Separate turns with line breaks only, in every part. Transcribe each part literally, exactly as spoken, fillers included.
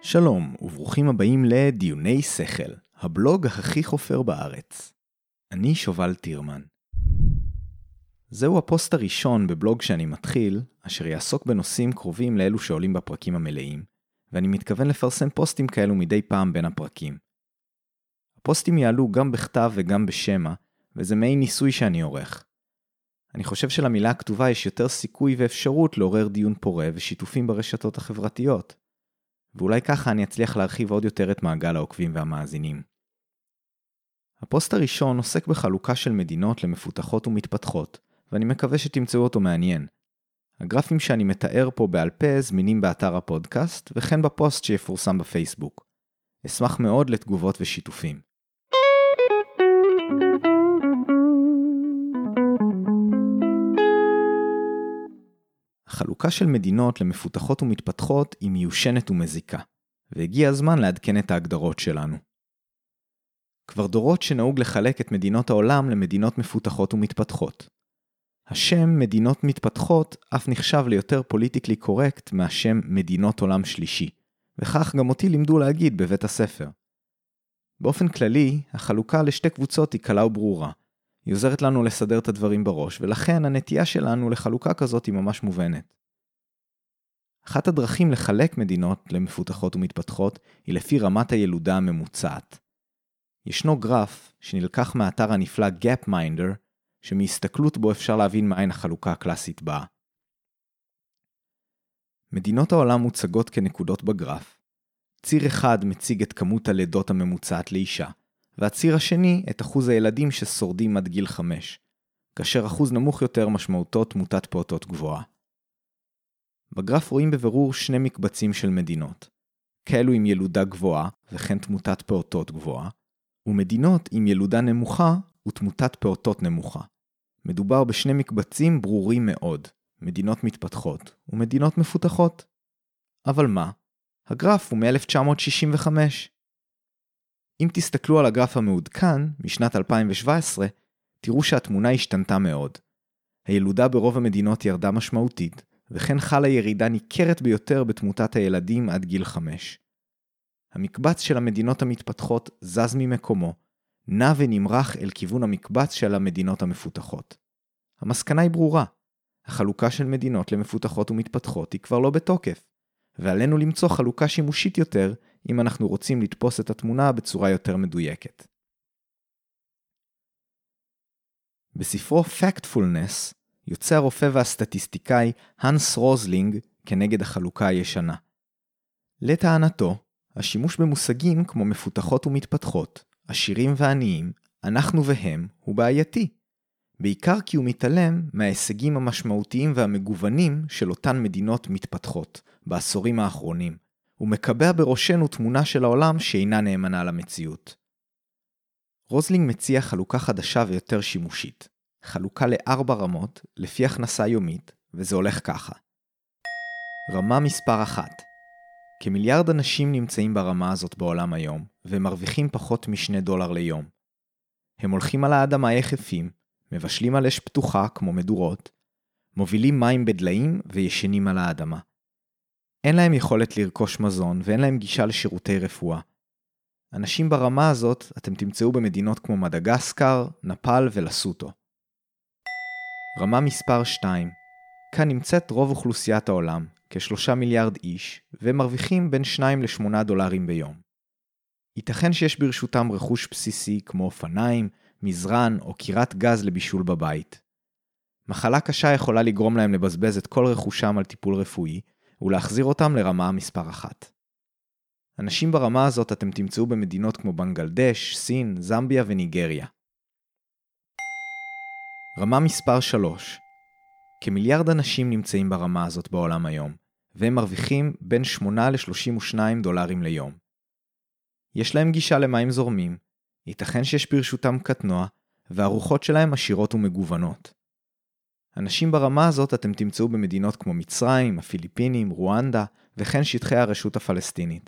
שלום וברוכים הבאים לדיוני שכל, הבלוג הכי חופר בארץ. אני שובל טירמן. זהו הפוסט הראשון בבלוג שאני מתחיל, אשר יעסוק בנושאים קרובים לאלו שעולים בפרקים המלאים, ואני מתכוון לפרסם פוסטים כאלו מדי פעם בין הפרקים. הפוסטים יעלו גם בכתב וגם בשמה, וזה מעין ניסוי שאני עורך. אני חושב שלמילה הכתובה יש יותר סיכוי ואפשרות לעורר דיון פורה ושיתופים ברשתות החברתיות. ואולי ככה אני אצליח להרחיב עוד יותר את מעגל העוקבים והמאזינים. הפוסט הראשון עוסק בחלוקה של מדינות למפותחות ומתפתחות, ואני מקווה שתמצאו אותו מעניין. הגרפים שאני מתאר פה בעל פה זמינים באתר הפודקאסט, וכן בפוסט שיפורסם בפייסבוק. אשמח מאוד לתגובות ושיתופים. החלוקה של מדינות למפותחות ומתפתחות היא מיושנת ומזיקה, והגיע הזמן לעדכן את ההגדרות שלנו. כבר דורות שנהוג לחלק את מדינות העולם למדינות מפותחות ומתפתחות. השם מדינות מתפתחות אף נחשב ליותר פוליטיקלי קורקט מהשם מדינות עולם שלישי, וכך גם אותי לימדו להגיד בבית הספר. באופן כללי, החלוקה לשתי קבוצות היא קלה וברורה. היא עוזרת לנו לסדר את הדברים בראש, ולכן הנטייה שלנו לחלוקה כזאת היא ממש מובנת. אחת הדרכים לחלק מדינות למפותחות ומתפתחות היא לפי רמת הילודה הממוצעת. ישנו גרף שנלקח מהאתר הנפלא Gapminder, שמהסתכלות בו אפשר להבין מהן החלוקה הקלאסית באה. מדינות העולם מוצגות כנקודות בגרף. ציר אחד מציג את כמות הלידות הממוצעת לאישה, והציר השני את אחוז הילדים ששורדים עד גיל חמש, כאשר אחוז נמוך יותר משמעותו תמותת פעוטות גבוהה. בגרף רואים בבירור שני מקבצים של מדינות, כאלו עם ילודה גבוהה וכן תמותת פעוטות גבוהה, ומדינות עם ילודה נמוכה ותמותת פעוטות נמוכה. מדובר בשני מקבצים ברורים מאוד, מדינות מתפתחות ומדינות מפותחות. אבל מה? הגרף הוא מ-אלף תשע מאות שישים וחמש. אם תסתכלו על הגרף המעודכן, משנת אלפיים שבע עשרה, תראו שהתמונה השתנתה מאוד. הילודה ברוב המדינות ירדה משמעותית, וכן חלה ירידה ניכרת ביותר בתמותת הילדים עד גיל חמש. המקבץ של המדינות המתפתחות זז ממקומו, נע ונמרח אל כיוון המקבץ של המדינות המפותחות. המסקנה היא ברורה. החלוקה של מדינות למפותחות ומתפתחות היא כבר לא בתוקף, ועלינו למצוא חלוקה שימושית יותר אם אנחנו רוצים לתפוס את התמונה בצורה יותר מדויקת. בספרו Factfulness יוצא הרופא והסטטיסטיקאי הנס רוזלינג כנגד החלוקה הישנה. לטענתו, השימוש במושגים כמו מפותחות ומתפתחות, עשירים ועניים, אנחנו והם, הוא בעייתי. בעיקר כי הוא מתעלם מההישגים המשמעותיים והמגוונים של אותן מדינות מתפתחות בעשורים האחרונים. הוא מקבע בראשנו תמונה של העולם שאינה נאמנה למציאות. רוזלינג מציע חלוקה חדשה ויותר שימושית. חלוקה לארבע רמות, לפי הכנסה יומית, וזה הולך ככה. רמה מספר אחת. כמיליארד אנשים נמצאים ברמה הזאת בעולם היום, ומרוויחים פחות משני דולר ליום. הם הולכים על האדמה יחפים, מבשלים על אש פתוחה כמו מדורות, מובילים מים בדליים וישנים על האדמה. אין להם יכולת לרכוש מזון ואין להם גישה לשירותי רפואה. אנשים ברמה הזאת אתם תמצאו במדינות כמו מדגסקר, נפאל ולסוטו. רמה מספר שתיים. כאן נמצאת רוב אוכלוסיית העולם, כשלושה מיליארד איש, ומרוויחים בין שניים לשמונה דולרים ביום. ייתכן שיש ברשותם רכוש בסיסי כמו אופניים, מזרן או קירת גז לבישול בבית. מחלה קשה יכולה לגרום להם לבזבז את כל רכושם על טיפול רפואי, ולהחזיר אותם לרמה מספר אחת. אנשים ברמה הזאת אתם תמצאו במדינות כמו בנגלדש, סין, זמביה וניגריה. רמה מספר שלוש. כמיליארד אנשים נמצאים ברמה הזאת בעולם היום, והם מרוויחים בין שמונה ל-שלושים ושניים דולרים ליום. יש להם גישה למים זורמים, ייתכן שיש ברשותם קטנוע, והרוחות שלהם עשירות ומגוונות. אנשים ברמה הזאת אתם תמצאו במדינות כמו מצרים, הפיליפינים, רואנדה, וכן שטחי הרשות הפלסטינית.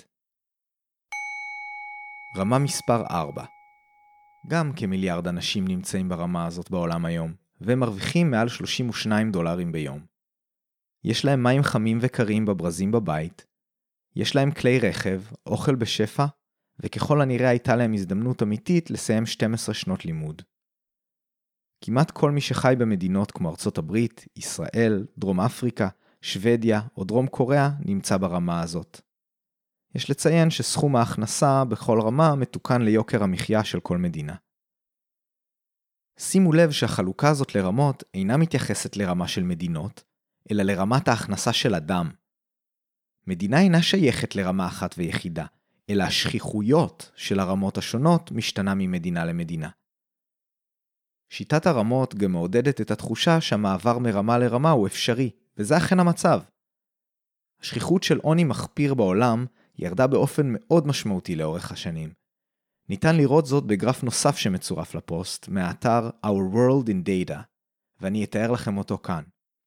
רמה מספר ארבע. גם כמיליארד אנשים נמצאים ברמה הזאת בעולם היום, והם מרוויחים מעל שלושים ושניים דולרים ביום. יש להם מים חמים וקרים בברזים בבית, יש להם כלי רכב, אוכל בשפע, וככל הנראה הייתה להם הזדמנות אמיתית לסיים שתים עשרה שנות לימוד. כמעט כל מי שחי במדינות כמו ארצות הברית, ישראל, דרום אפריקה, שוודיה או דרום קוריאה נמצא ברמה הזאת. יש לציין שסכום ההכנסה בכל רמה מתוקן ליוקר המחיה של כל מדינה. שימו לב שהחלוקה הזאת לרמות אינה מתייחסת לרמה של מדינות, אלא לרמת ההכנסה של אדם. מדינה אינה שייכת לרמה אחת ויחידה, אלא השכיחויות של הרמות השונות משתנה ממדינה למדינה. שיטת הרמות גם מעודדת את התחושה שהמעבר מרמה לרמה הוא אפשרי, וזה אכן המצב. השכיחות של עוני מחפיר בעולם ירדה באופן מאוד משמעותי לאורך השנים. ניתן לראות זאת בגרף נוסף שמצורף לפוסט, מהאתר Our World in Data, ואני אתאר לכם אותו כאן.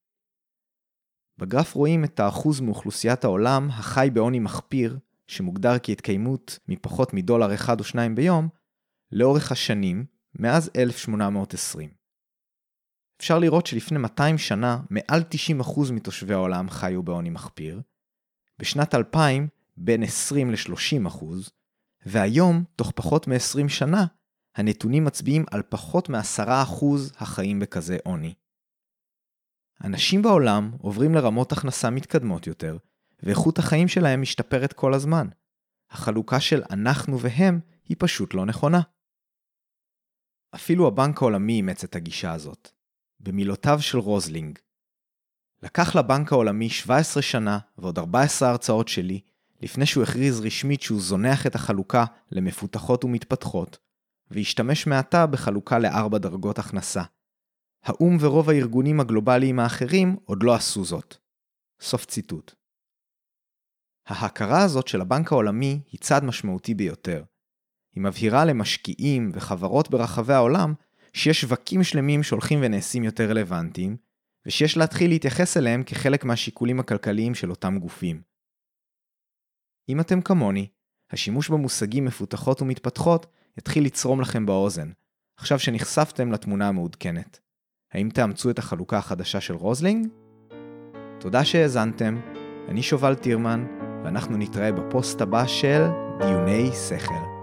בגרף רואים את האחוז מאוכלוסיית העולם החי בעוני מחפיר, שמוגדר כהתקיימות מפחות מדולר אחד או שניים ביום, לאורך השנים, מאז אלף שמונה מאות ועשרים. אפשר לראות שלפני מאתיים שנה, מעל תשעים אחוז מתושבי העולם חיו בעוני מחפיר, בשנת אלפיים בין עשרים ל-שלושים אחוז, והיום, תוך פחות מ-עשרים שנה, הנתונים מצביעים על פחות מ-עשרה אחוז החיים בכזה עוני. אנשים בעולם עוברים לרמות הכנסה מתקדמות יותר, ואיכות החיים שלהם משתפרת כל הזמן. החלוקה של אנחנו והם היא פשוט לא נכונה. אפילו הבנק העולמי אימץ את הגישה הזאת. במילותיו של רוזלינג, לקח לבנק העולמי שבע עשרה שנה ועוד ארבע עשרה הרצאות שלי, לפני שהוא הכריז רשמית שהוא זונח את החלוקה למפותחות ומתפתחות, והשתמש מעתה בחלוקה לארבע דרגות הכנסה. האום ורוב הארגונים הגלובליים האחרים עוד לא עשו זאת. סוף ציטוט. ההכרה הזאת של הבנק העולמי היא צעד משמעותי ביותר. היא מבהירה למשקיעים וחברות ברחבי העולם שיש שווקים שלמים שהולכים ונעשים יותר רלוונטיים, ושיש להתחיל להתייחס אליהם כחלק מהשיקולים הכלכליים של אותם גופים. אם אתם כמוני, השימוש במושגים מפותחות ומתפתחות יתחיל לצרום לכם באוזן, עכשיו שנחשפתם לתמונה המעודכנת. האם תאמצו את החלוקה החדשה של רוזלינג? תודה שהאזנתם, אני שובל טירמן, ואנחנו נתראה בפוסט הבא של דיוני שכל.